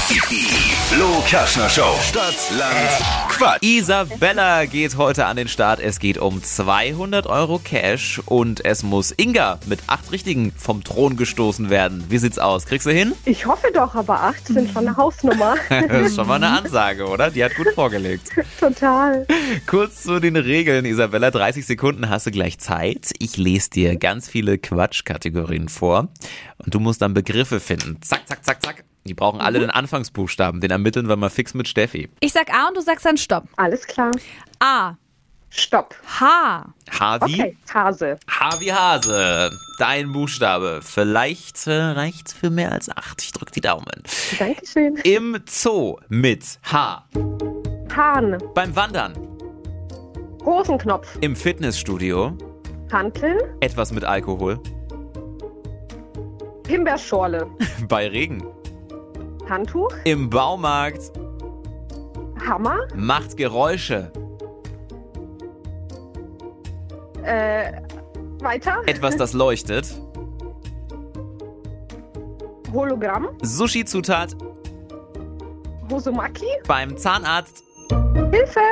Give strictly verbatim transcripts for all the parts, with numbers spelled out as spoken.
Die Flo Kerschner Show. Stadt, Land, Quatsch. Isabella geht heute an den Start. Es geht um zweihundert Euro Cash und es muss Inga mit acht Richtigen vom Thron gestoßen werden. Wie sieht's aus? Kriegst du hin? Ich hoffe doch, aber acht sind schon eine Hausnummer. Das ist schon mal eine Ansage, oder? Die hat gut vorgelegt. Total. Kurz zu den Regeln, Isabella. dreißig Sekunden hast du gleich Zeit. Ich lese dir ganz viele Quatschkategorien vor und du musst dann Begriffe finden. Zack, zack, zack, zack. Die brauchen alle den Anfangsbuchstaben. Den ermitteln wir mal fix mit Steffi. Ich sag A und du sagst dann Stopp. Alles klar. A. Stopp. H. H wie? Okay, Hase. H wie Hase. Dein Buchstabe. Vielleicht äh, reicht's für mehr als acht. Ich drück die Daumen. Dankeschön. Im Zoo mit H. Hahn. Beim Wandern. Hosenknopf. Im Fitnessstudio. Hanteln. Etwas mit Alkohol. Himbeerschorle. Bei Regen. Handtuch. Im Baumarkt. Hammer. Macht Geräusche. Äh, weiter. Etwas, das leuchtet. Hologramm. Sushi-Zutat. Hosomaki. Beim Zahnarzt. Hilfe.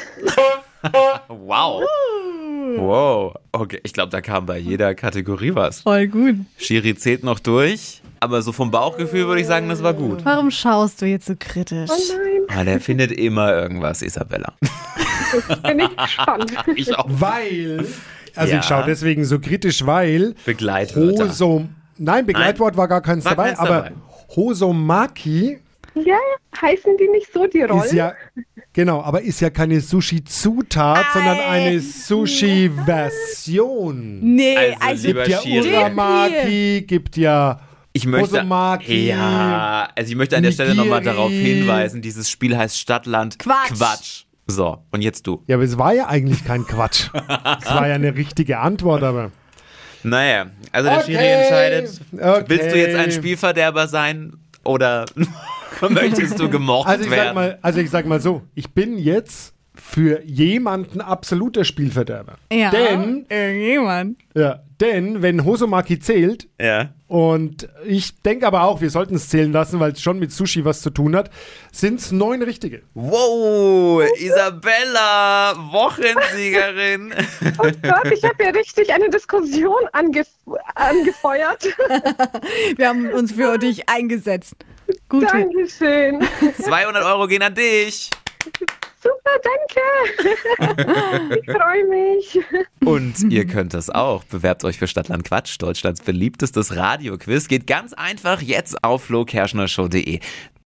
Wow. Wow. Okay, ich glaube, da kam bei jeder Kategorie was. Voll gut. Schiri zählt noch durch, aber so vom Bauchgefühl würde ich sagen, das war gut. Warum schaust du jetzt so kritisch? Oh nein. Ah, der findet immer irgendwas, Isabella. Bin ich gespannt. Ich auch. Weil, also Ja. ich schaue deswegen so kritisch, weil Begleitwörter. Hosom, nein, Begleitwort war gar keins War dabei, keins aber dabei. Hosomaki Ja, heißen die nicht so, die Rollen? ist ja, genau, aber ist ja keine Sushi-Zutat, sondern eine Sushi-Version. Nee, Also, also, lieber Gibt ja Schiri. Uramaki, gibt ja Ich möchte, Hosomaki. ja, also ich möchte an der Stelle nochmal Nigiri. darauf hinweisen, dieses Spiel heißt Stadtland Quatsch. Quatsch. So, und jetzt du. Ja, aber es war ja eigentlich kein Quatsch. Es war ja eine richtige Antwort, aber. Naja, also der Okay. Schiri entscheidet. Okay. Willst du jetzt ein Spielverderber sein oder möchtest du gemocht Also ich werden? sag mal, also ich sag mal so, ich bin jetzt für jemanden absoluter Spielverderber. ja, Denn, irgendjemand. ja, denn wenn Hosomaki zählt, ja. und ich denke aber auch, wir sollten es zählen lassen, weil es schon mit Sushi was zu tun hat, sind es neun richtige. Wow, Isabella, Wochensiegerin. Oh Gott, ich habe ja richtig eine Diskussion angef angefeuert. Wir haben uns für dich eingesetzt. Gut. Dankeschön. zweihundert Euro gehen an dich. Super, danke. Ich freue mich. Und ihr könnt das auch. Bewerbt euch für Stadtland Quatsch, Deutschlands beliebtestes Radioquiz. Geht ganz einfach jetzt auf flo kerschner show punkt de.